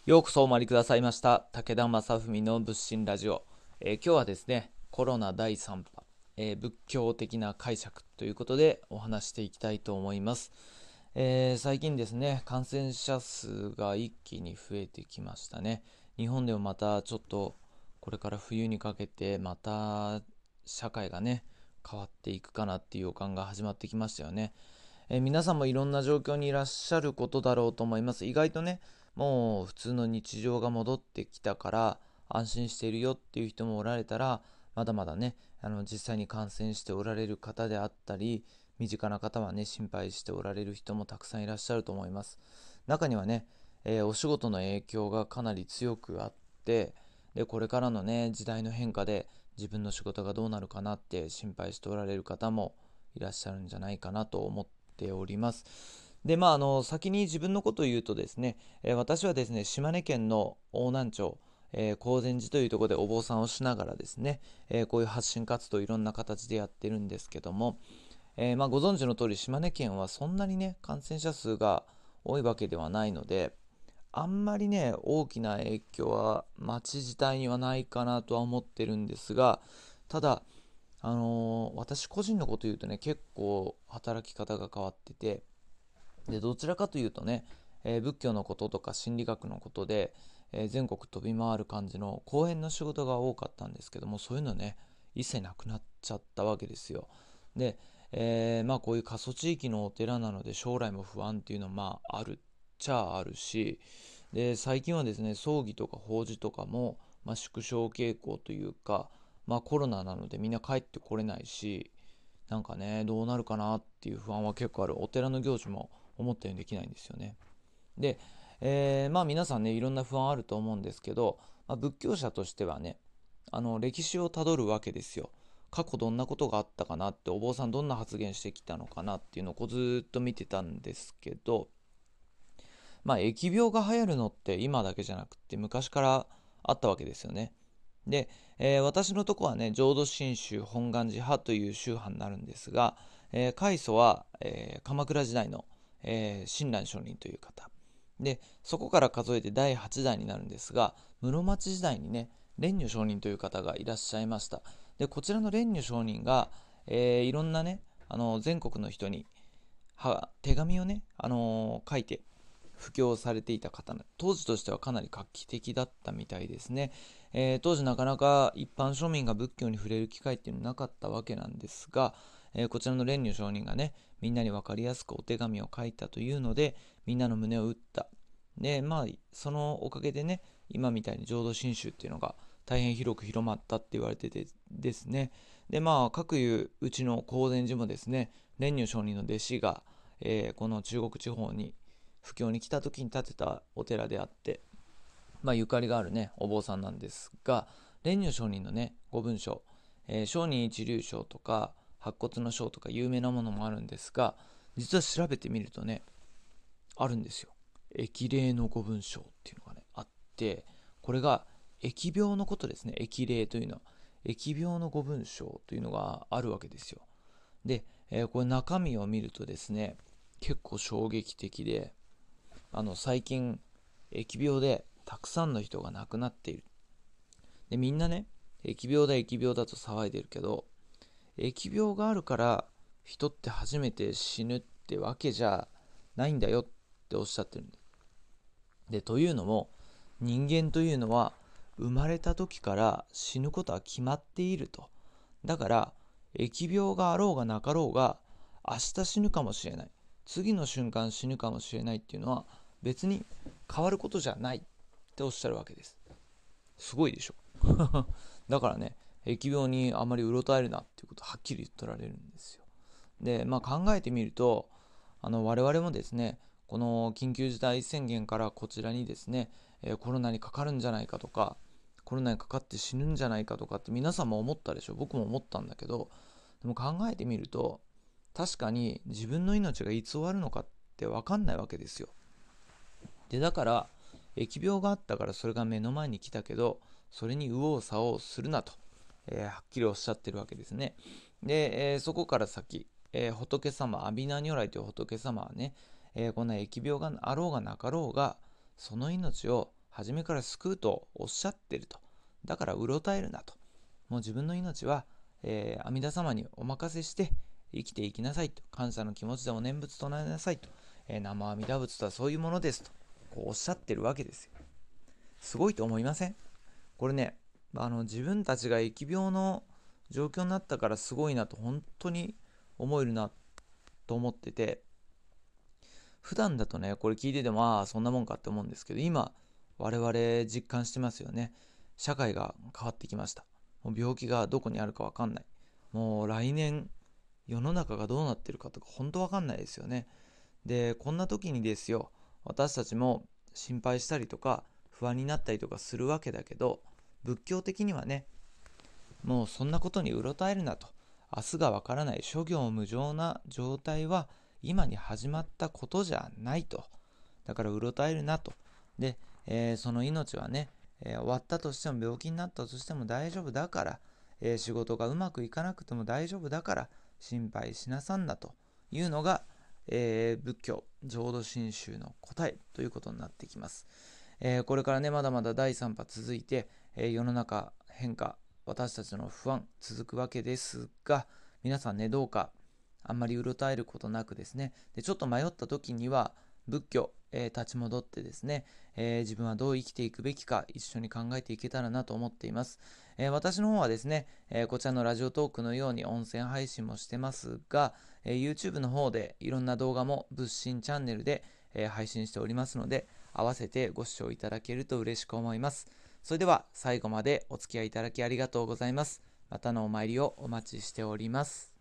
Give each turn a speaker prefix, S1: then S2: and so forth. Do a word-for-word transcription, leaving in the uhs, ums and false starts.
S1: ようこそお参りくださいました武田正文の仏心ラジオ、えー今日はですねコロナだいさん波、えー仏教的な解釈ということでお話していきたいと思います。えー最近ですね感染者数が一気に増えてきましたね。日本でもまたちょっとこれから冬にかけてまた社会がね変わっていくかなっていう予感が始まってきましたよね。えー皆さんもいろんな状況にいらっしゃることだろうと思います。意外とね、もう普通の日常が戻ってきたから安心しているよっていう人もおられたら、まだまだね、あの実際に感染しておられる方であったり、身近な方はね、心配しておられる人もたくさんいらっしゃると思います。中にはね、えーお仕事の影響がかなり強くあって、で、これからのね、時代の変化で自分の仕事がどうなるかなって心配しておられる方もいらっしゃるんじゃないかなと思っております。で、まあ、あの、先に自分のことを言うとですね、えー私はですね、島根県の邑南町、えー、高善寺というところでお坊さんをしながらですね、えーこういう発信活動いろんな形でやってるんですけども、えーまあ、ご存知の通り島根県はそんなにね、感染者数が多いわけではないので、あんまりね、大きな影響は町自体にはないかなとは思ってるんですが、ただ、あのー私個人のこと言うとね、結構働き方が変わってて、でどちらかというとね、えー仏教のこととか心理学のことで、えー全国飛び回る感じの講演の仕事が多かったんですけども、そういうのね一切なくなっちゃったわけですよ。で、えーまあこういう過疎地域のお寺なので将来も不安っていうのはまああるっちゃあるし、で最近はですね葬儀とか法事とかも、まあ、縮小傾向というか、まあコロナなのでみんな帰ってこれないし、なんかねどうなるかなっていう不安は結構ある。お寺の行事も思ったようにできないんですよね。で、えーまあ皆さんねいろんな不安あると思うんですけど、まあ、仏教者としてはね、あの歴史をたどるわけですよ。過去どんなことがあったかなって、お坊さんどんな発言してきたのかなっていうのをこうずーっと見てたんですけど、まあ疫病が流行るのって今だけじゃなくって昔からあったわけですよね。で、えー私のとこはね浄土真宗本願寺派という宗派になるんですが、えー開祖は、えー鎌倉時代の、えー親鸞上人という方で、そこから数えてだいはちだいになるんですが、室町時代にね蓮如上人という方がいらっしゃいました。でこちらの蓮如上人が、えーいろんなねあの全国の人には手紙をね、あのー書いて布教されていた方、当時としてはかなり画期的だったみたいですね。えー当時なかなか一般庶民が仏教に触れる機会っていうのはなかったわけなんですが、えーこちらの蓮如上人がねみんなに分かりやすくお手紙を書いたというので、みんなの胸を打った。でまあそのおかげでね、今みたいに浄土真宗っていうのが大変広く広まったって言われててですね。でまあ各いううちの高善寺もですね、蓮如上人の弟子が、えーこの中国地方に布教に来た時に建てたお寺であって、まあ、ゆかりがあるねお坊さんなんですが、蓮如上人のねご文章、えー上人一流章とか白骨の章とか有名なものもあるんですが、実は調べてみるとねあるんですよ。疫霊のご文章っていうのがねあって、これが疫病のことですね。疫霊というのは疫病のご文章というのがあるわけですよ。で、えーこれ中身を見るとですね結構衝撃的で、あの最近疫病でたくさんの人が亡くなっている。でみんなね疫病だ疫病だと騒いでるけど、疫病があるから人って初めて死ぬってわけじゃないんだよっておっしゃってるんです。でというのも、人間というのは生まれた時から死ぬことは決まっていると。だから疫病があろうがなかろうが明日死ぬかもしれない、次の瞬間死ぬかもしれないっていうのは別に変わることじゃないっておっしゃるわけです。すごいでしょ。だからね疫病にあまりうろたえるなっていうことをはっきり言ってられるんですよ。でまあ考えてみると、あの我々もですねこの緊急事態宣言からこちらにですね、えーコロナにかかるんじゃないかとか、コロナにかかって死ぬんじゃないかとかって皆さんも思ったでしょ。僕も思ったんだけど、でも考えてみると確かに自分の命がいつ終わるのかって分かんないわけですよ。でだから疫病があったからそれが目の前に来たけど、それに右往左往するなと、えーはっきりおっしゃってるわけですね。で、えーそこから先、えー仏様、阿弥陀如来という仏様はね、えーこんな疫病があろうがなかろうがその命を初めから救うとおっしゃってると。だからうろたえるなと。もう自分の命は、えー、阿弥陀様にお任せして生きていきなさいと。感謝の気持ちでお念仏唱えなさいと。えー、南無阿弥陀仏とはそういうものですとこうおっしゃってるわけですよ。すごいと思いません？これね、あの自分たちが疫病の状況になったからすごいなと本当に思えるなと思ってて、普段だとねこれ聞いててもああそんなもんかって思うんですけど、今我々実感してますよね。社会が変わってきました。もう病気がどこにあるか分かんない。もう来年世の中がどうなってるかとか本当分かんないですよね。でこんな時にですよ、私たちも心配したりとか不安になったりとかするわけだけど、仏教的にはね、もうそんなことにうろたえるなと。明日がわからない諸行無常な状態は今に始まったことじゃないと。だからうろたえるなと。で、えーその命はね、えー終わったとしても病気になったとしても大丈夫だから、えー仕事がうまくいかなくても大丈夫だから心配しなさんなというのが、えー仏教浄土真宗の答えということになってきます。えーこれからねまだまだだいさん波続いて、えー世の中変化、私たちの不安続くわけですが、皆さんねどうかあんまりうろたえることなくですね、でちょっと迷った時には仏教、えー立ち戻ってですね、えー自分はどう生きていくべきか一緒に考えていけたらなと思っています。えー私の方はですね、えーこちらのラジオトークのように音声配信もしてますが、えー YouTube の方でいろんな動画も仏心チャンネルで、えー配信しておりますので、合わせてご視聴いただけると嬉しく思います。それでは最後までお付き合いいただきありがとうございます。またのお参りをお待ちしております。